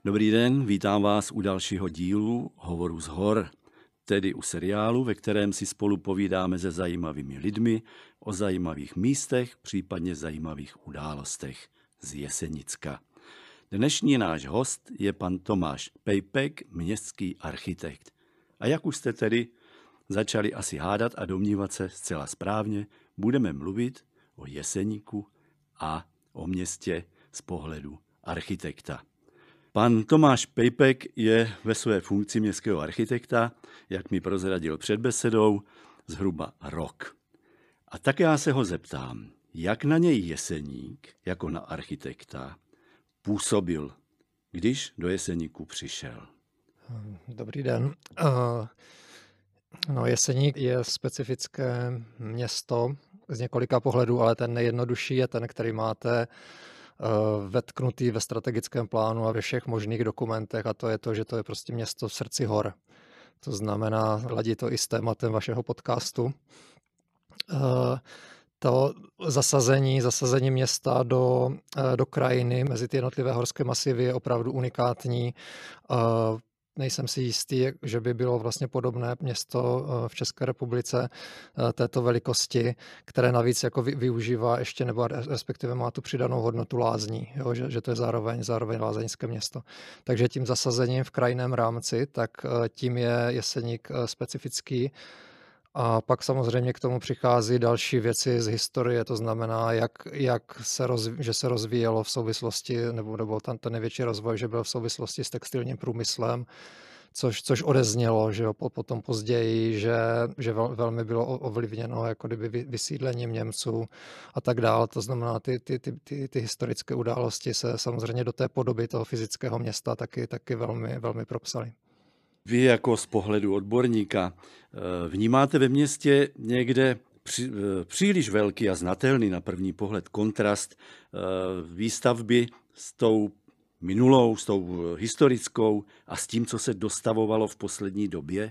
Dobrý den, vítám vás u dalšího dílu Hovoru z hor, tedy u seriálu, ve kterém si spolu povídáme se zajímavými lidmi o zajímavých místech, případně zajímavých událostech z Jesenicka. Dnešní náš host je pan Tomáš Pejpek, městský architekt. A jak už jste tedy začali asi hádat a domnívat se zcela správně, budeme mluvit o Jeseníku a o městě z pohledu architekta. Pan Tomáš Pejpek je ve své funkci městského architekta, jak mi prozradil před besedou, zhruba rok. A tak já se ho zeptám, jak na něj Jeseník, jako na architekta, působil, když do Jeseníku přišel. Dobrý den. Jeseník je specifické město z několika pohledů, ale ten nejjednodušší je ten, který máte vetknutý ve strategickém plánu a ve všech možných dokumentech, a to je to, že to je prostě město v srdci hor. To znamená, ladí to i s tématem vašeho podcastu. To zasazení města do krajiny mezi ty jednotlivé horské masivy je opravdu unikátní. Nejsem si jistý, že by bylo vlastně podobné město v České republice této velikosti, které navíc jako využívá ještě, nebo respektive má tu přidanou hodnotu lázní, jo, že to je zároveň lázeňské město. Takže tím zasazením v krajinném rámci, tak tím je Jeseník specifický. A pak samozřejmě k tomu přichází další věci z historie, to znamená, že se rozvíjelo v souvislosti, nebo tam ten největší rozvoj, že byl v souvislosti s textilním průmyslem, což odeznělo, že jo, potom později, že velmi bylo ovlivněno jako kdyby vysídlením Němců a tak dále. To znamená, ty historické události se samozřejmě do té podoby toho fyzického města taky velmi, velmi propsaly. Vy jako z pohledu odborníka vnímáte ve městě někde příliš velký a znatelný na první pohled kontrast výstavby s tou minulou, s tou historickou a s tím, co se dostavovalo v poslední době?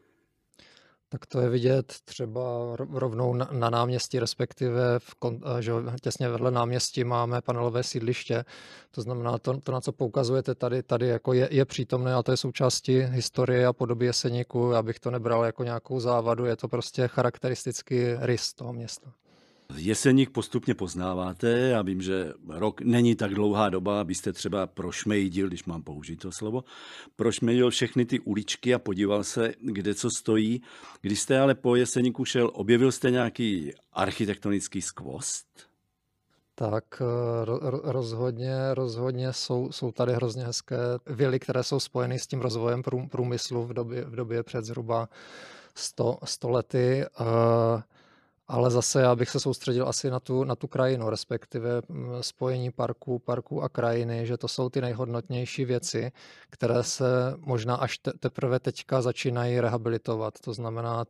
Tak to je vidět třeba rovnou na náměstí, respektive že těsně vedle náměstí máme panelové sídliště. To znamená, to na co poukazujete tady jako je přítomné, a to je součástí historie a podoby Jeseníku. Já bych to nebral jako nějakou závadu, je to prostě charakteristický rys toho města. Jeseník postupně poznáváte, já vím, že rok není tak dlouhá doba, abyste třeba prošmejdil, když mám použít to slovo, prošmejdil všechny ty uličky a podíval se, kde co stojí. Když jste ale po Jeseníku šel, objevil jste nějaký architektonický skvost? Tak rozhodně jsou tady hrozně hezké vily, které jsou spojeny s tím rozvojem průmyslu v době před zhruba 100 lety. Ale zase já bych se soustředil asi na tu krajinu, respektive spojení parků a krajiny, že to jsou ty nejhodnotnější věci, které se možná až teprve teďka začínají rehabilitovat. To znamená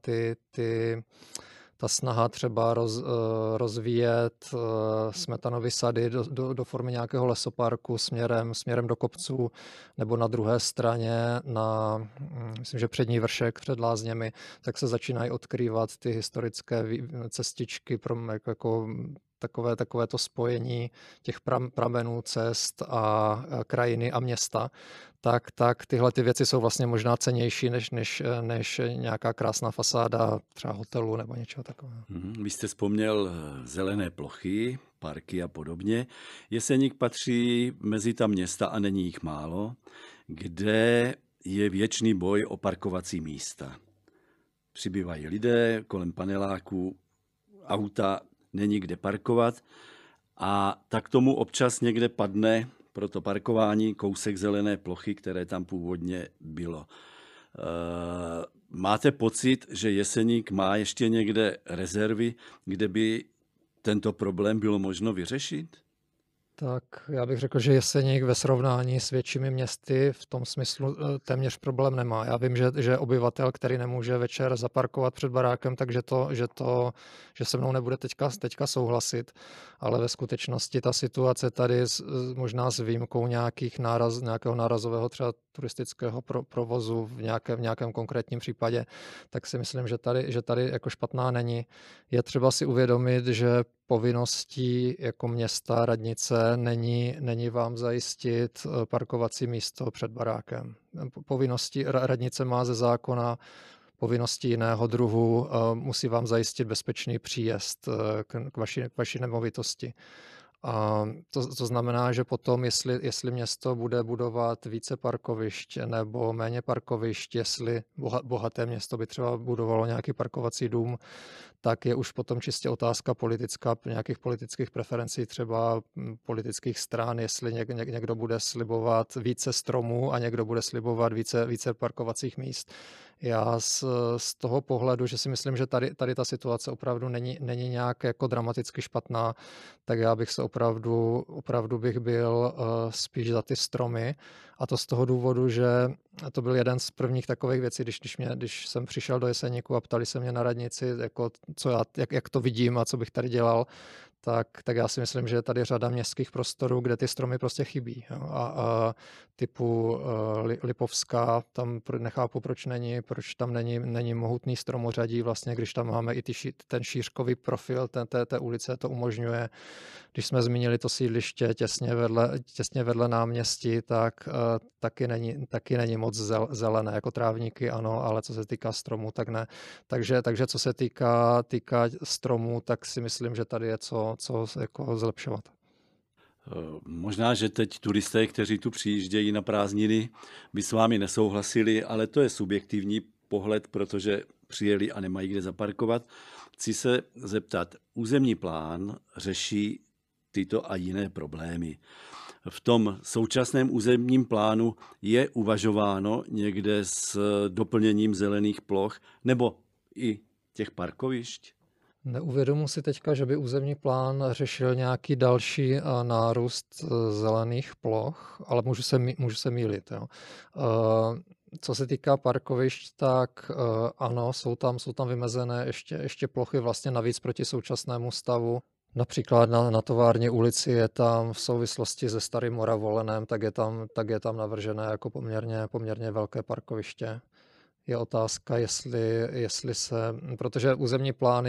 ta snaha třeba rozvíjet Smetanovy sady do formy nějakého lesoparku směrem do kopců, nebo na druhé straně myslím, že přední vršek před lázněmi, tak se začínají odkrývat ty historické cestičky jako takové to spojení těch pramenů, cest a krajiny a města, tak tyhle ty věci jsou vlastně možná cennější než nějaká krásná fasáda třeba hotelu nebo něčeho takového. Vy jste vzpomněl zelené plochy, parky a podobně. Jeseník patří mezi ta města, a není jich málo, kde je věčný boj o parkovací místa. Přibývají lidé kolem paneláků, auta není kde parkovat, a tak tomu občas někde padne pro to parkování kousek zelené plochy, které tam původně bylo. Máte pocit, že Jeseník má ještě někde rezervy, kde by tento problém bylo možno vyřešit? Tak já bych řekl, že Jeseník ve srovnání s většími městy v tom smyslu téměř problém nemá. Já vím, že obyvatel, který nemůže večer zaparkovat před barákem, takže že se mnou nebude teďka souhlasit, ale ve skutečnosti ta situace tady možná s výjimkou nějakého nárazového třeba turistického provozu v nějakém konkrétním případě, tak si myslím, že tady jako špatná není. Je třeba si uvědomit, že povinností jako města, radnice není vám zajistit parkovací místo před barákem. Povinnosti radnice má ze zákona povinnosti jiného druhu, musí vám zajistit bezpečný příjezd k vaší nemovitosti. A to znamená, že potom, jestli město bude budovat více parkovišť nebo méně parkovišť, jestli bohaté město by třeba budovalo nějaký parkovací dům, tak je už potom čistě otázka politická, nějakých politických preferencí, třeba politických stran, jestli někdo bude slibovat více stromů a někdo bude slibovat více parkovacích míst. Já z toho pohledu, že si myslím, že tady ta situace opravdu není nějak jako dramaticky špatná, tak já bych se opravdu bych byl spíš za ty stromy. A to z toho důvodu, že to byl jeden z prvních takových věcí, když jsem přišel do Jeseníku a ptali se mě na radnici, jako jak to vidím a co bych tady dělal, tak já si myslím, že je tady řada městských prostorů, kde ty stromy prostě chybí. Jo. A typu Lipovská, tam nechápu, proč tam není mohutný stromořadí, vlastně, když tam máme i ten šířkový profil té ulice, to umožňuje. Když jsme zmínili to sídliště těsně vedle náměstí, tak taky není moc zelené, jako trávníky ano, ale co se týká stromů, tak ne. Takže co se týká stromů, tak si myslím, že tady je co jako zlepšovat. Možná, že teď turisté, kteří tu přijíždějí na prázdniny, by s vámi nesouhlasili, ale to je subjektivní pohled, protože přijeli a nemají kde zaparkovat. Chci se zeptat, územní plán řeší tyto a jiné problémy. V tom současném územním plánu je uvažováno někde s doplněním zelených ploch nebo i těch parkovišť? Neuvědomuji si teďka, že by územní plán řešil nějaký další nárůst zelených ploch, ale můžu se mýlit. Jo. Co se týká parkovišť, tak ano, jsou tam vymezené ještě plochy vlastně navíc proti současnému stavu. Například na Tovární ulici je tam v souvislosti se Starým Moravolenem, tak je tam navržené jako poměrně velké parkoviště. Je otázka, jestli se, protože územní plán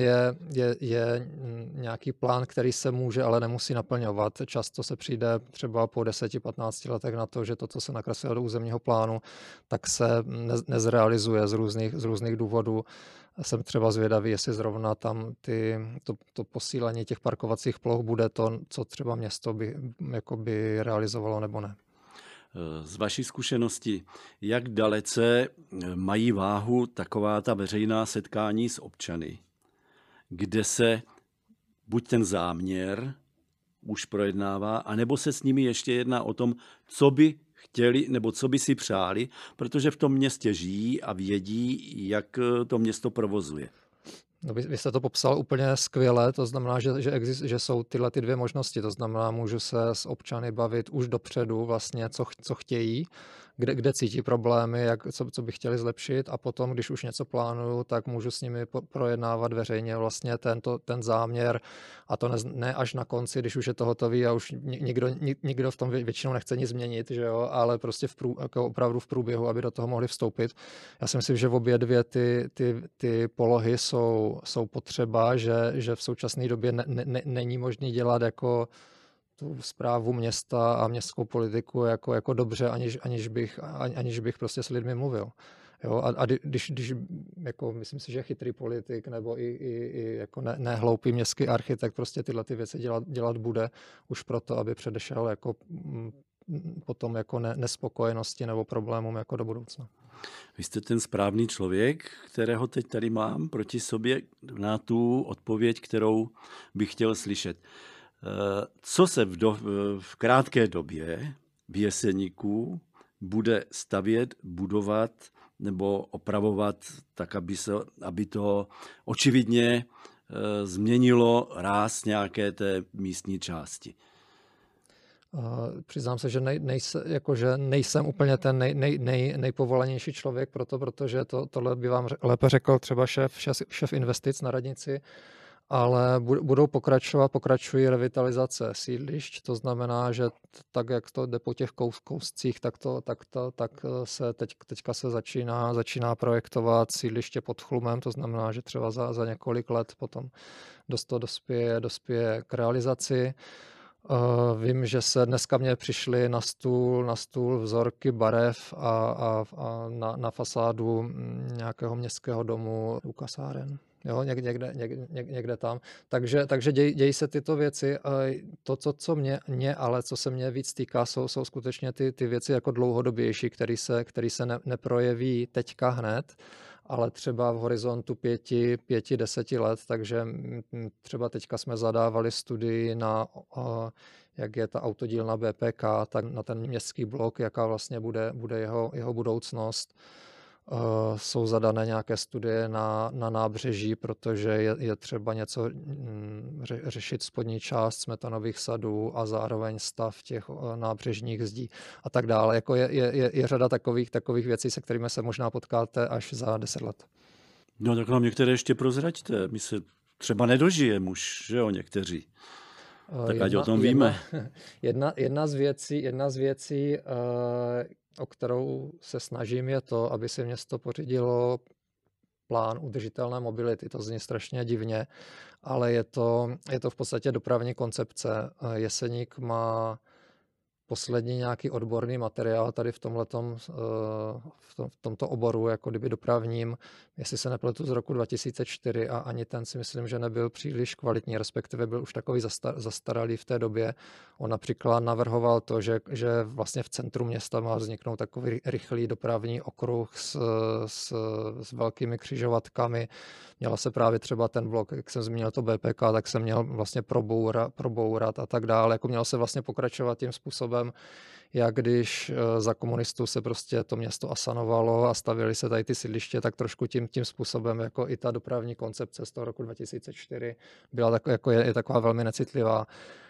je nějaký plán, který se může, ale nemusí naplňovat. Často se přijde třeba po 10-15 letech na to, že to, co se nakreslilo do územního plánu, tak se nezrealizuje z různých důvodů. Jsem třeba zvědavý, jestli zrovna tam to posílení těch parkovacích ploch bude to, co třeba město by realizovalo nebo ne. Z vaší zkušenosti, jak dalece mají váhu taková ta veřejná setkání s občany, kde se buď ten záměr už projednává, anebo se s nimi ještě jedná o tom, co by chtěli nebo co by si přáli, protože v tom městě žijí a vědí, jak to město provozuje. No, vy jste to popsal úplně skvěle, to znamená, že jsou tyhle ty dvě možnosti, to znamená, můžu se s občany bavit už dopředu vlastně, co chtějí, kde cítí problémy, co by chtěli zlepšit a potom, když už něco plánuju, tak můžu s nimi projednávat veřejně vlastně ten záměr a to ne až na konci, když už je to hotový a už nikdo v tom většinou nechce nic změnit, že jo, ale prostě jako opravdu v průběhu, aby do toho mohli vstoupit. Já si myslím, že v obě dvě ty polohy jsou potřeba, že v současné době není možné dělat jako tu správu města a městskou politiku jako dobře, aniž bych prostě s lidmi mluvil. Jo, a když jako myslím si, že chytrý politik nebo i jako nehloupý městský architekt prostě tyhle ty věci dělat bude už proto, aby předešel jako potom jako nespokojenosti nebo problémům jako do budoucna. Vy jste ten správný člověk, kterého teď tady mám proti sobě na tu odpověď, kterou bych chtěl slyšet. Co se v krátké době v Jeseníku bude stavět, budovat nebo opravovat tak, aby to očividně změnilo ráz nějaké té místní části? Přiznám se, že nejsem úplně ten nejpovolanější člověk protože tohle by vám lépe řekl třeba šéf investic na radnici, ale pokračují revitalizace sídlišť, to znamená, že tak, jak to jde po těch kouscích, tak se teďka se začíná projektovat sídliště pod Chlumem, to znamená, že třeba za několik let potom to dospěje k realizaci. Vím, že se dneska mě přišly na stůl vzorky barev a na fasádu nějakého městského domu u kasáren. Jo, někde tam. Takže dějí se tyto věci. To, co mě ale co se mě víc týká, jsou skutečně ty věci jako dlouhodobější, které se neprojeví teďka hned, ale třeba v horizontu 5-10 let. Takže třeba teďka jsme zadávali studii na jak je ta autodílna BPK, tak na ten městský blok, jaká vlastně bude jeho budoucnost. Jsou zadané nějaké studie na nábřeží, protože je třeba něco řešit spodní část Smetanových sadů a zároveň stav těch nábřežních zdí a tak dále. Jako je řada takových věcí, se kterými se možná potkáte až za 10 let. No tak nám některé ještě prozraďte. My se třeba nedožijeme už, že jo, někteří. Tak ať o tom víme. Jedna z věcí, o kterou se snažím, je to, aby si město pořídilo plán udržitelné mobility. To zní strašně divně, ale je to v podstatě dopravní koncepce. Jeseník má poslední nějaký odborný materiál tady v tomto oboru, jako kdyby dopravním, jestli se nepletu, z roku 2004 a ani ten si myslím, že nebyl příliš kvalitní, respektive byl už takový zastaralý v té době. On například navrhoval to, že vlastně v centru města má vzniknout takový rychlý dopravní okruh s velkými křižovatkami. Měla se právě třeba ten blok, jak jsem zmínil to BPK, tak se měl vlastně probourat a tak dále. Jako mělo se vlastně pokračovat tím způsobem, jak když za komunistů se prostě to město asanovalo a stavěly se tady ty sídliště, tak trošku tím způsobem, jako i ta dopravní koncepce z toho roku 2004 byla je taková velmi necitlivá.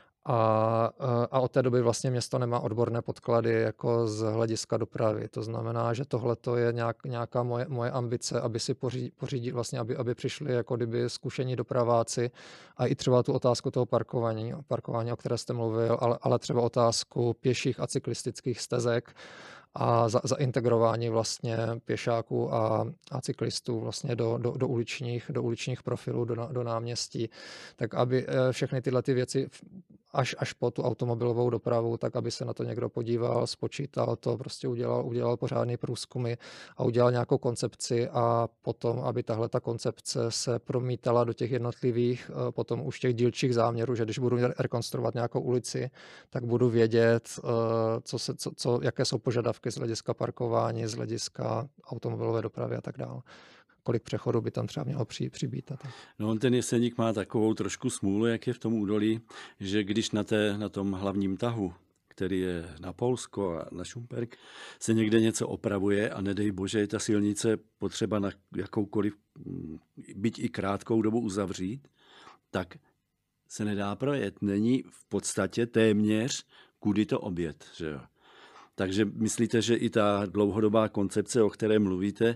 A od té doby vlastně město nemá odborné podklady jako z hlediska dopravy. To znamená, že tohle je nějaká moje ambice, aby si pořídit vlastně, aby přišli jako kdyby zkušení dopraváci a i třeba tu otázku toho parkování, o které jste mluvil, ale třeba otázku pěších a cyklistických stezek a zaintegrování vlastně pěšáků a cyklistů vlastně do uličních profilů, do náměstí, tak aby všechny tyhle ty věci až po tu automobilovou dopravu, tak aby se na to někdo podíval, spočítal to, prostě udělal pořádný průzkumy a udělal nějakou koncepci a potom, aby tahle ta koncepce se promítala do těch jednotlivých, potom už těch dílčích záměrů, že když budu rekonstruovat nějakou ulici, tak budu vědět, jaké jsou požadavky z hlediska parkování, z hlediska automobilové dopravy a tak dále. Kolik přechodů by tam třeba mělo přibýt. No on ten Jeseník má takovou trošku smůlu, jak je v tom údolí, že když na tom hlavním tahu, který je na Polsko a na Šumperk, se někde něco opravuje a nedej bože, je ta silnice potřeba na jakoukoliv, byť i krátkou dobu uzavřít, tak se nedá projet. Není v podstatě téměř kudy to objet. Že jo? Takže myslíte, že i ta dlouhodobá koncepce, o které mluvíte,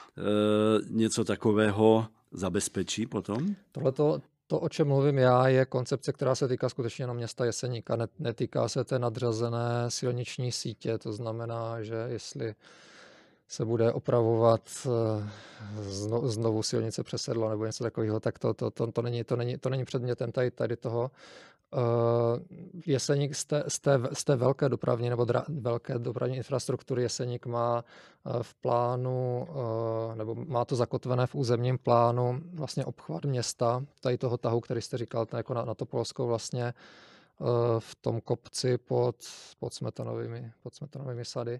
něco takového zabezpečí potom? To, o čem mluvím já, je koncepce, která se týká skutečně jenom města Jeseníka. Netýká se té nadřazené silniční sítě. To znamená, že jestli se bude opravovat znovu silnice Přesedlo nebo něco takového, tak to není předmětem tady toho. Jeseník z té velké dopravní nebo velké dopravní infrastruktury Jeseník má v plánu, nebo má to zakotvené v územním plánu vlastně obchvat města, tady toho tahu, který jste říkal, jako na to Polsko vlastně v tom kopci pod Smetanovými sady.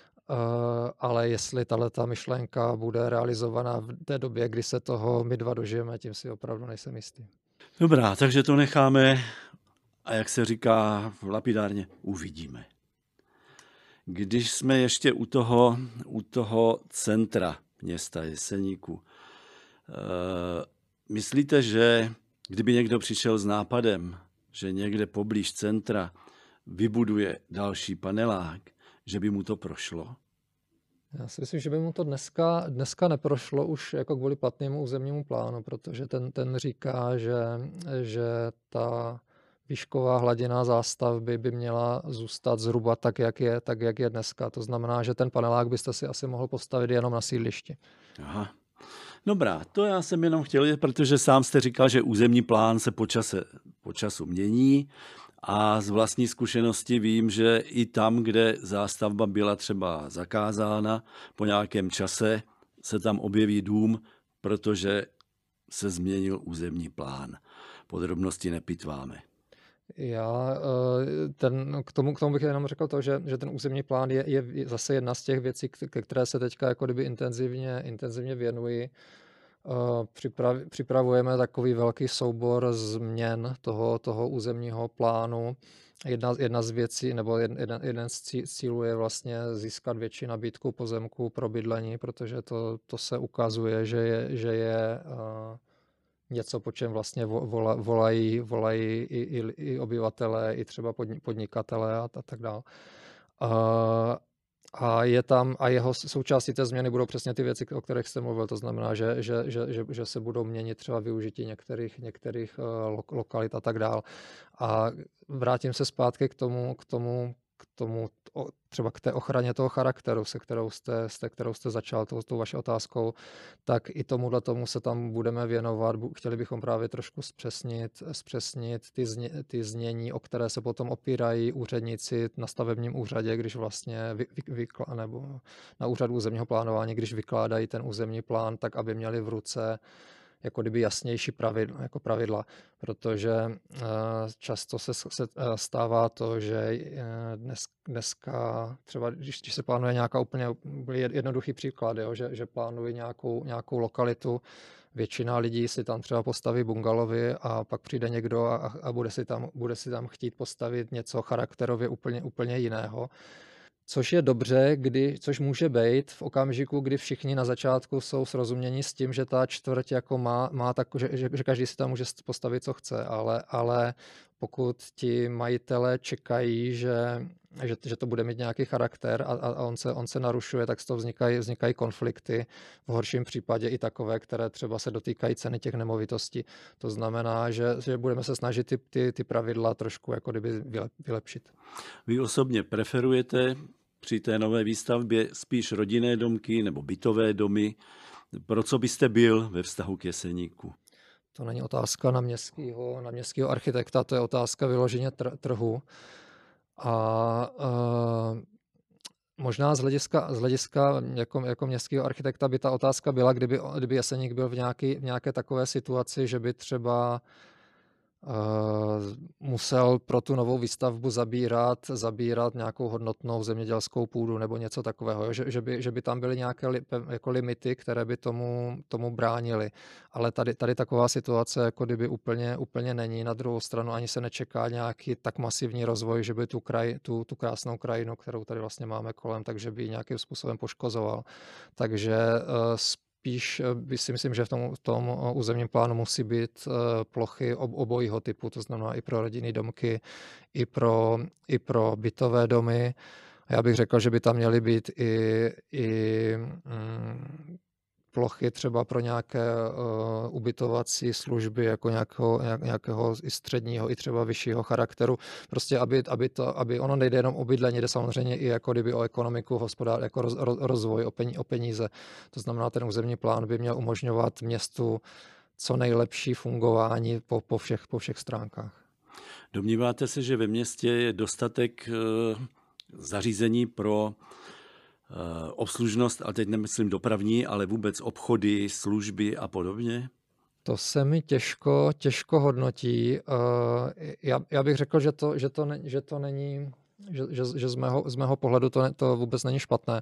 Ale jestli tato myšlenka bude realizovaná v té době, kdy se toho my dva dožijeme, tím si opravdu nejsem jistý. Dobrá, takže to necháme a jak se říká lapidárně, uvidíme. Když jsme ještě u toho centra města Jeseníku, myslíte, že kdyby někdo přišel s nápadem, že někde poblíž centra vybuduje další panelák, že by mu to prošlo? Já si myslím, že by mu to dneska neprošlo už jako kvůli platnému územnímu plánu, protože ten říká, že ta výšková hladina zástavby by měla zůstat zhruba tak, jak je dneska. To znamená, že ten panelák byste si asi mohl postavit jenom na sídlišti. Aha. Dobrá, to já jsem jenom chtěl, protože sám jste říkal, že územní plán se po času mění a z vlastní zkušenosti vím, že i tam, kde zástavba byla třeba zakázána, po nějakém čase se tam objeví dům, protože se změnil územní plán. Podrobnosti nepitváme. K tomu bych jenom řekl to, že ten územní plán je zase jedna z těch věcí, ke které se teďka jako kdyby intenzivně věnuji. Připravujeme takový velký soubor změn toho územního plánu. Jedna z věcí, nebo jeden z cílů je vlastně získat větší nabídku pozemků pro bydlení, protože to se ukazuje, že je něco, po čem vlastně volají i obyvatelé, i třeba podnikatelé a tak dále. A jeho součástí té změny budou přesně ty věci, o kterých jste mluvil. To znamená, že se budou měnit třeba využití některých lokalit a tak dále. A vrátím se zpátky k tomu třeba k té ochraně toho charakteru, se kterou jste začal tou vaší otázkou, tak i tomu se tam budeme věnovat. Chtěli bychom právě trošku zpřesnit ty znění, o které se potom opírají úředníci na stavebním úřadě, když vlastně nebo na úřadu územního plánování, když vykládají ten územní plán, tak aby měli v ruce jako kdyby jasnější pravidla, protože často se stává to, že dneska třeba, když se plánuje nějaká úplně jednoduchý příklad, jo, že plánují nějakou lokalitu, většina lidí si tam třeba postaví bungalovy a pak přijde někdo a bude si tam chtít postavit něco charakterově úplně jiného. Což je dobře, což může být v okamžiku, kdy všichni na začátku jsou srozuměni s tím, že ta čtvrť jako má že každý si tam může postavit, co chce, ale pokud ti majitelé čekají, že to bude mít nějaký charakter a on se narušuje, tak z toho vznikají konflikty, v horším případě i takové, které třeba se dotýkají ceny těch nemovitostí. To znamená, že budeme se snažit ty pravidla trošku jako kdyby vylepšit. Vy osobně preferujete při té nové výstavbě spíš rodinné domky nebo bytové domy? Pro co byste byl ve vztahu k Jeseníku? To není otázka na městského architekta, to je otázka vyloženě trhu. A možná z hlediska jako městského architekta by ta otázka byla, kdyby Jeseník byl v nějaké takové situaci, že by třeba musel pro tu novou výstavbu zabírat nějakou hodnotnou zemědělskou půdu nebo něco takového, že by tam byly nějaké jako limity, které by tomu bránily. Ale tady taková situace jako kdyby úplně není. Na druhou stranu ani se nečeká nějaký tak masivní rozvoj, že by tu krásnou krajinu, kterou tady vlastně máme kolem, takže by ji nějakým způsobem poškozoval. Takže spíš si myslím, že v tom územním plánu musí být plochy obojího typu, to znamená i pro rodinné domky, i pro bytové domy. Já bych řekl, že by tam měly být i plochy třeba pro nějaké ubytovací služby, jako nějakého i středního, i třeba vyššího charakteru. Prostě aby ono nejde jenom o bydlení, jde samozřejmě i jako kdyby o ekonomiku, jako rozvoj, o peníze. To znamená, ten územní plán by měl umožňovat městu co nejlepší fungování po všech stránkách. Domníváte se, že ve městě je dostatek zařízení pro obslužnost, a teď nemyslím dopravní, ale vůbec obchody, služby a podobně? To se mi těžko hodnotí. Já bych řekl, že to není, že z mého pohledu to vůbec není špatné.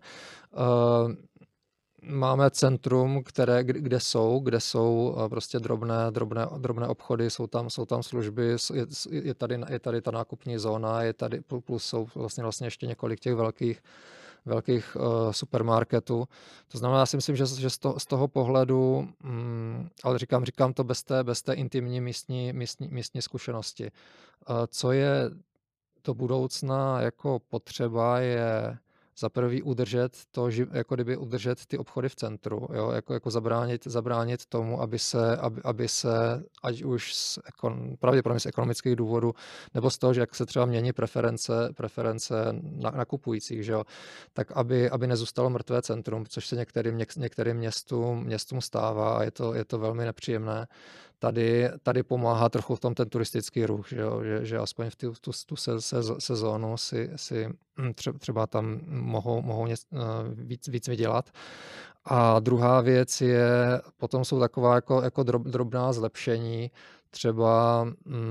Máme centrum, kde jsou prostě drobné obchody, jsou tam služby, je tady ta nákupní zóna, je tady plus jsou vlastně ještě několik těch velkých supermarketů. To znamená, já si myslím, že z toho pohledu, ale říkám to bez té intimní místní zkušenosti. Co je do budoucna jako potřeba, je za prvý udržet to, jako kdyby udržet ty obchody v centru, jo? Jako zabránit tomu, aby se ať už pravděpodobně z ekonomických důvodů, nebo z toho, že jak se třeba mění preference nakupujících, že jo? Tak aby nezůstalo mrtvé centrum, což se některým městům stává a je to velmi nepříjemné. Tady pomáhá trochu v tom ten turistický ruch, že aspoň v tu sezónu si třeba tam mohou víc vydělat. A druhá věc potom jsou taková jako drobná zlepšení, třeba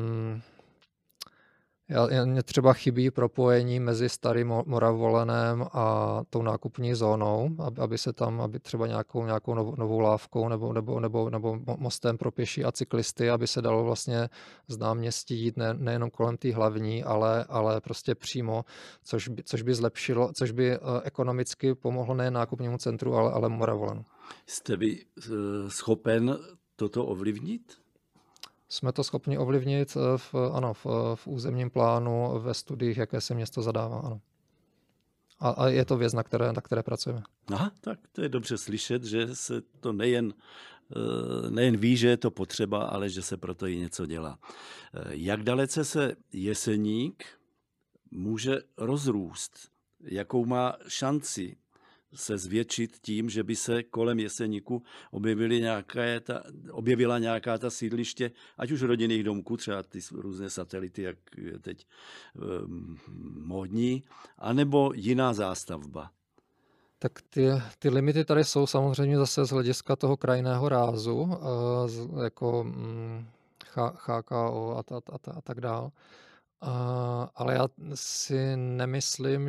mně třeba chybí propojení mezi Starým Moravolanem a tou nákupní zónou, aby třeba nějakou novou lávkou nebo mostem pro pěší a cyklisty, aby se dalo vlastně z náměstí jít nejenom kolem té hlavní, ale prostě přímo, což by zlepšilo, což by ekonomicky pomohlo nejen nákupnímu centru, ale Moravolanu. Jste vy schopen toto ovlivnit? Jsme to schopni ovlivnit v územním plánu, ve studiích, jaké se město zadává. Ano. A je to věc, na které pracujeme. Aha, tak to je dobře slyšet, že se to nejen ví, že je to potřeba, ale že se proto i něco dělá. Jak dalece se Jeseník může rozrůst? Jakou má šanci se zvětšit tím, že by se kolem Jeseníku objevila nějaká ta sídliště, ať už rodinných domků, třeba ty různé satelity, jak je teď módní, anebo jiná zástavba? Tak ty limity tady jsou samozřejmě zase z hlediska toho krajinného rázu, jako HKO a tak dál. Ale já si nemyslím,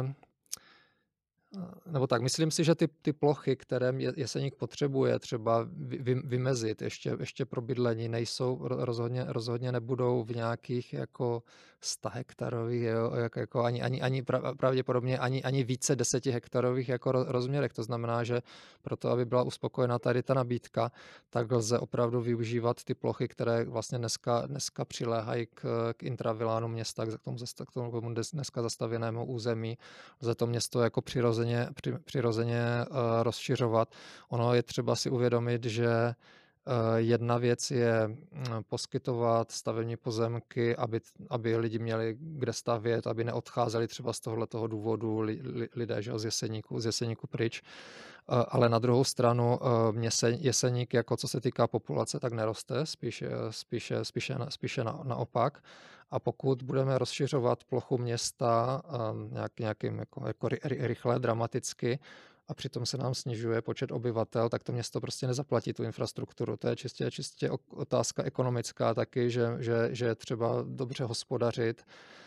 myslím si, že ty plochy, které Jeseník potřebuje třeba vymezit ještě pro bydlení, nejsou rozhodně nebudou v nějakých jako 100 hektarových, jako ani pravděpodobně ani více 10 hektarových jako rozměrech. To znamená, že proto, aby byla uspokojena tady ta nabídka, tak lze opravdu využívat ty plochy, které vlastně dneska přiléhají k intravilánu města, k tomu dneska zastavěnému území. Lze to město jako přirozeně rozšiřovat. Ono je třeba si uvědomit, že jedna věc je poskytovat stavební pozemky, aby lidi měli kde stavět, aby neodcházeli třeba z tohoto důvodu lidé z Jeseníku pryč. Ale na druhou stranu Jeseník, jako co se týká populace, tak neroste, spíše naopak. A pokud budeme rozšiřovat plochu města nějakým jako rychle, dramaticky, a přitom se nám snižuje počet obyvatel, tak to město prostě nezaplatí tu infrastrukturu. To je čistě otázka ekonomická taky, že je třeba dobře hospodařit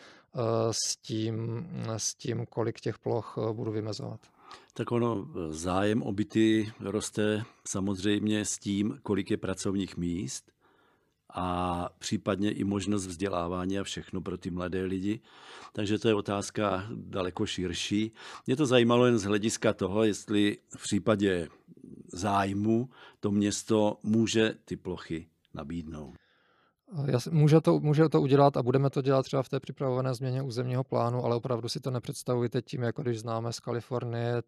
s tím, kolik těch ploch budu vymezovat. Tak zájem o byty roste samozřejmě s tím, kolik je pracovních míst a případně i možnost vzdělávání a všechno pro ty mladé lidi. Takže to je otázka daleko širší. Mě to zajímalo jen z hlediska toho, jestli v případě zájmu to město může ty plochy nabídnout. Může to udělat a budeme to dělat třeba v té připravované změně územního plánu, ale opravdu si to nepředstavujte tím, jako když známe z Kalifornie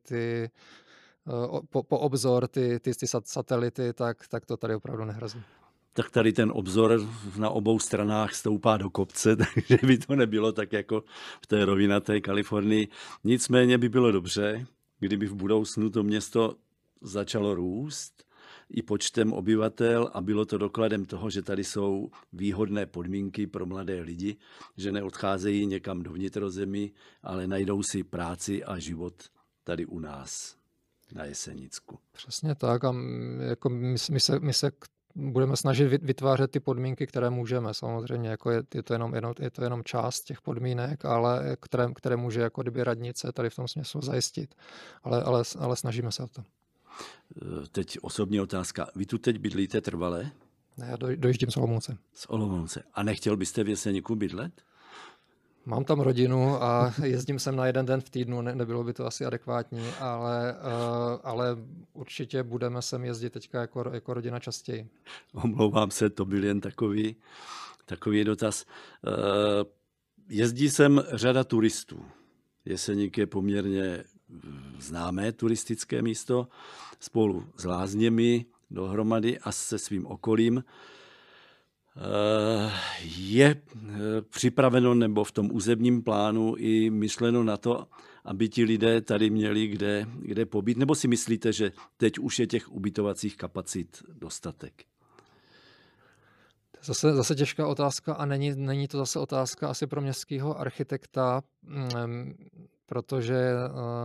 po obzor ty satelity, tak to tady opravdu nehrozí. Tak tady ten obzor na obou stranách stoupá do kopce, takže by to nebylo tak jako v té rovinaté Kalifornii. Nicméně by bylo dobře, kdyby v budoucnu to město začalo růst i počtem obyvatel a bylo to dokladem toho, že tady jsou výhodné podmínky pro mladé lidi, že neodcházejí někam do vnitrozemí, ale najdou si práci a život tady u nás na Jesenicku. Přesně tak a jako my se budeme snažit vytvářet ty podmínky, které můžeme. Samozřejmě jako je to jenom část těch podmínek, ale které může jako kdyby radnice tady v tom smyslu zajistit. Ale snažíme se o to. Teď osobní otázka. Vy tu teď bydlíte trvale? Ne, já dojíždím z Olomouce. Z Olomouce. A nechtěl byste v Jeseníku bydlet? Mám tam rodinu a jezdím sem na jeden den v týdnu, nebylo by to asi adekvátní, ale určitě budeme sem jezdit teďka jako rodina častěji. Omlouvám se, to byl jen takový dotaz. Jezdí sem řada turistů. Jeseník je poměrně známé turistické místo spolu s lázněmi dohromady a se svým okolím. Je připraveno nebo v tom územním plánu i myšleno na to, aby ti lidé tady měli kde pobít? Nebo si myslíte, že teď už je těch ubytovacích kapacit dostatek? Zase těžká otázka a není to zase otázka asi pro městského architekta, protože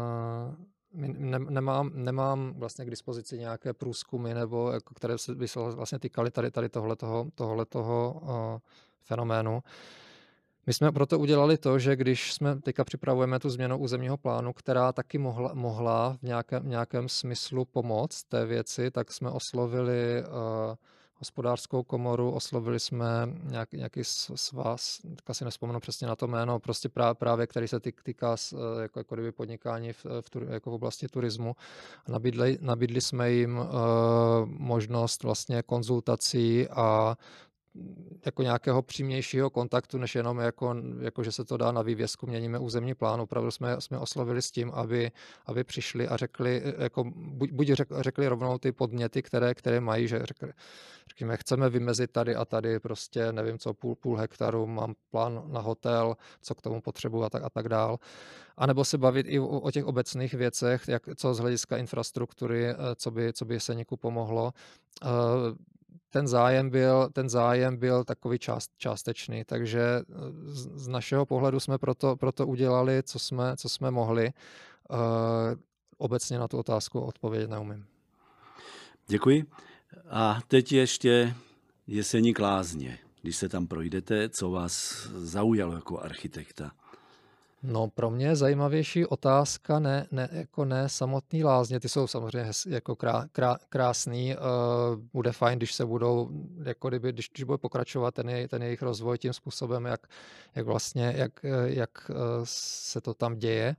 nemám vlastně k dispozici nějaké průzkumy, nebo jako, které by se vlastně týkaly tady tohletoho fenoménu. My jsme proto udělali to, že když jsme teďka připravujeme tu změnu územního plánu, která taky mohla v nějakém smyslu pomoct té věci, tak jsme oslovili Hospodářskou komoru, oslovili jsme nějaký svaz, tak si nespomenu přesně na to jméno, prostě právě který se týká jako kdyby podnikání jako v oblasti turismu. Nabídli jsme jim možnost vlastně konzultací a jako nějakého přímějšího kontaktu, než jenom jako že se to dá na vývězku, měníme územní plán. Opravdu jsme oslovili s tím, aby přišli a řekli, jako buď řekli rovnou ty podněty, které mají, že řekněme, chceme vymezit tady a tady prostě, nevím co, půl hektaru, mám plán na hotel, co k tomu potřebuji a tak dál. A nebo se bavit i o těch obecných věcech, co z hlediska infrastruktury, co by Jeseníku pomohlo. Ten zájem byl takový částečný, takže z našeho pohledu jsme proto udělali, co jsme mohli. Obecně na tu otázku odpovědět neumím. Děkuji. A teď ještě Jeseník Lázně. Když se tam projdete, co vás zaujalo jako architekta? No, pro mě je zajímavější otázka ne samotný lázně, ty jsou samozřejmě jako krásný, bude fajn, když se budou, jako když bude pokračovat ten jejich rozvoj tím způsobem, jak se to tam děje.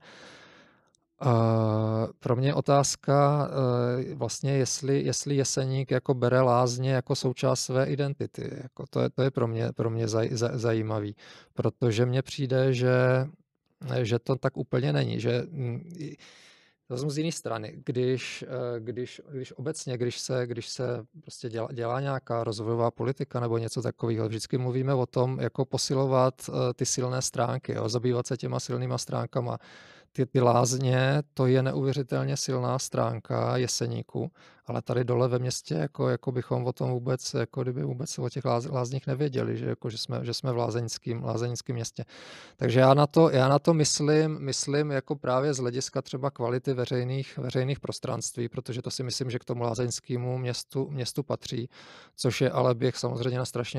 Pro mě otázka vlastně, jestli Jeseník jako bere lázně jako součást své identity. Jako to je pro mě zajímavý, protože mně přijde, že to tak úplně není, že to z jiné strany, když obecně, když se prostě dělá nějaká rozvojová politika nebo něco takového, vždycky mluvíme o tom, jako posilovat ty silné stránky, jo, zabývat se těma silnýma stránkama. Ty lázně, to je neuvěřitelně silná stránka Jeseníku, ale tady dole ve městě, jako bychom o tom vůbec o těch lázních nevěděli, že jsme v lázeňském městě. Takže já na to myslím jako právě z hlediska třeba kvality veřejných prostranství, protože to si myslím, že k tomu lázeňskému městu patří, což je ale běh samozřejmě na strašně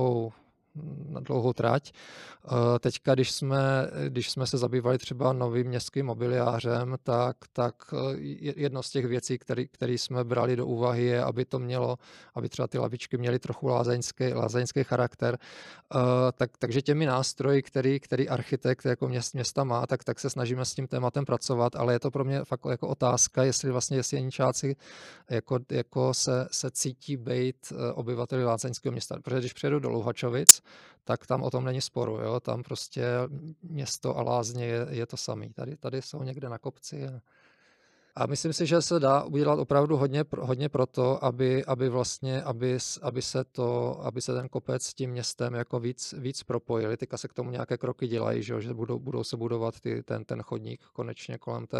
na dlouhou trať. Teďka, když jsme se zabývali třeba novým městským mobiliářem, tak jedno z těch věcí, které jsme brali do úvahy, je, aby třeba ty lavičky měly trochu lázeňský charakter. Takže těmi nástroji, který architekt jako města má, tak se snažíme s tím tématem pracovat, ale je to pro mě fakt jako otázka, jestli Jeseníčáci jako se cítí být obyvateli lázeňského města. Protože když přijedu do Luhačovic, tak tam o tom není sporu. Jo? Tam prostě město a lázně je to samé. Tady jsou někde na kopci. A myslím si, že se dá udělat opravdu hodně pro to, aby se ten kopec s tím městem jako víc propojili. Teďka se k tomu nějaké kroky dělají, že budou se budovat ten chodník konečně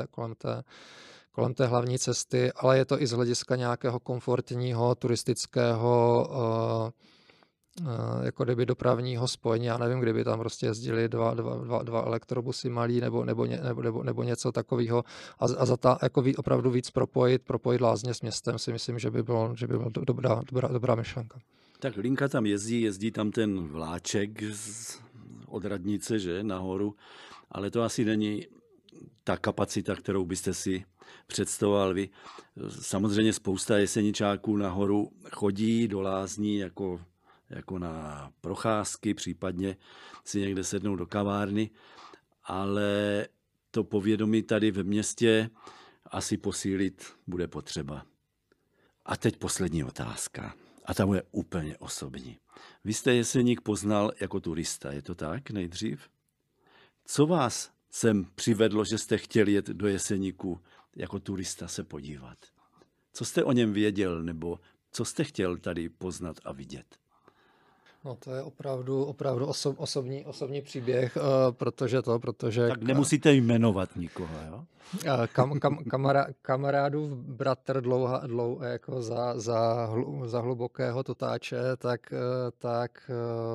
kolem té hlavní cesty, ale je to i z hlediska nějakého komfortního turistického jako kdyby dopravního spojení. Já nevím, kdyby tam prostě jezdili dva elektrobusy malý nebo něco takového a jako opravdu víc propojit lázně s městem, si myslím, že by byla dobrá myšlenka. Tak linka tam jezdí tam ten vláček od radnice, že, nahoru, ale to asi není ta kapacita, kterou byste si představoval vy. Samozřejmě spousta Jeseničáků nahoru chodí do lázní jako na procházky, případně si někde sednou do kavárny, ale to povědomí tady ve městě asi posílit bude potřeba. A teď poslední otázka. A ta bude úplně osobní. Vy jste Jeseník poznal jako turista, je to tak nejdřív? Co vás sem přivedlo, že jste chtěli jet do Jeseníku jako turista se podívat? Co jste o něm věděl, nebo co jste chtěl tady poznat a vidět? No to je opravdu osobní příběh, protože Tak nemusíte jmenovat nikoho, jo? Kamarádův bratr jako za hlubokého totáče, tak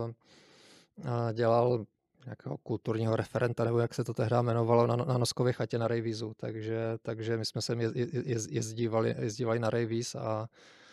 dělal nějakého kulturního referenta, nebo jak se to tehdy jmenovalo, na Noskově chatě na Rejvízu, takže my jsme sem jezdívali na Rejvíz a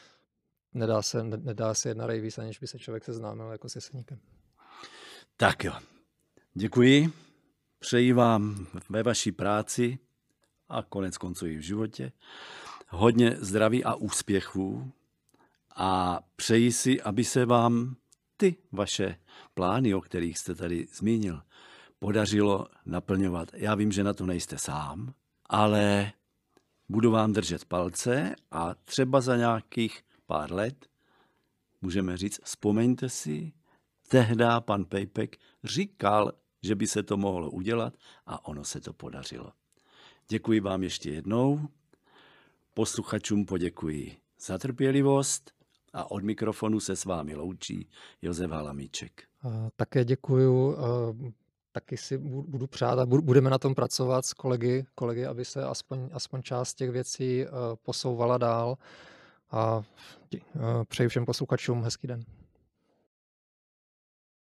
nedá se jet na Rejvíz, aniž by se člověk seznámil jako s Jeseníkem. Tak jo, děkuji, přeji vám ve vaší práci a konec konců i v životě hodně zdraví a úspěchů a přeji si, aby se vám ty vaše plány, o kterých jste tady zmínil, podařilo naplňovat. Já vím, že na to nejste sám, ale budu vám držet palce a třeba za nějakých pár let můžeme říct, vzpomeňte si, tehdy pan Pejpek říkal, že by se to mohlo udělat a ono se to podařilo. Děkuji vám ještě jednou, posluchačům poděkuji za trpělivost a od mikrofonu se s vámi loučí Josef Halamíček. Také děkuju, taky si budu přát a budeme na tom pracovat s kolegy, aby se aspoň část těch věcí posouvala dál a přeji všem posluchačům hezký den.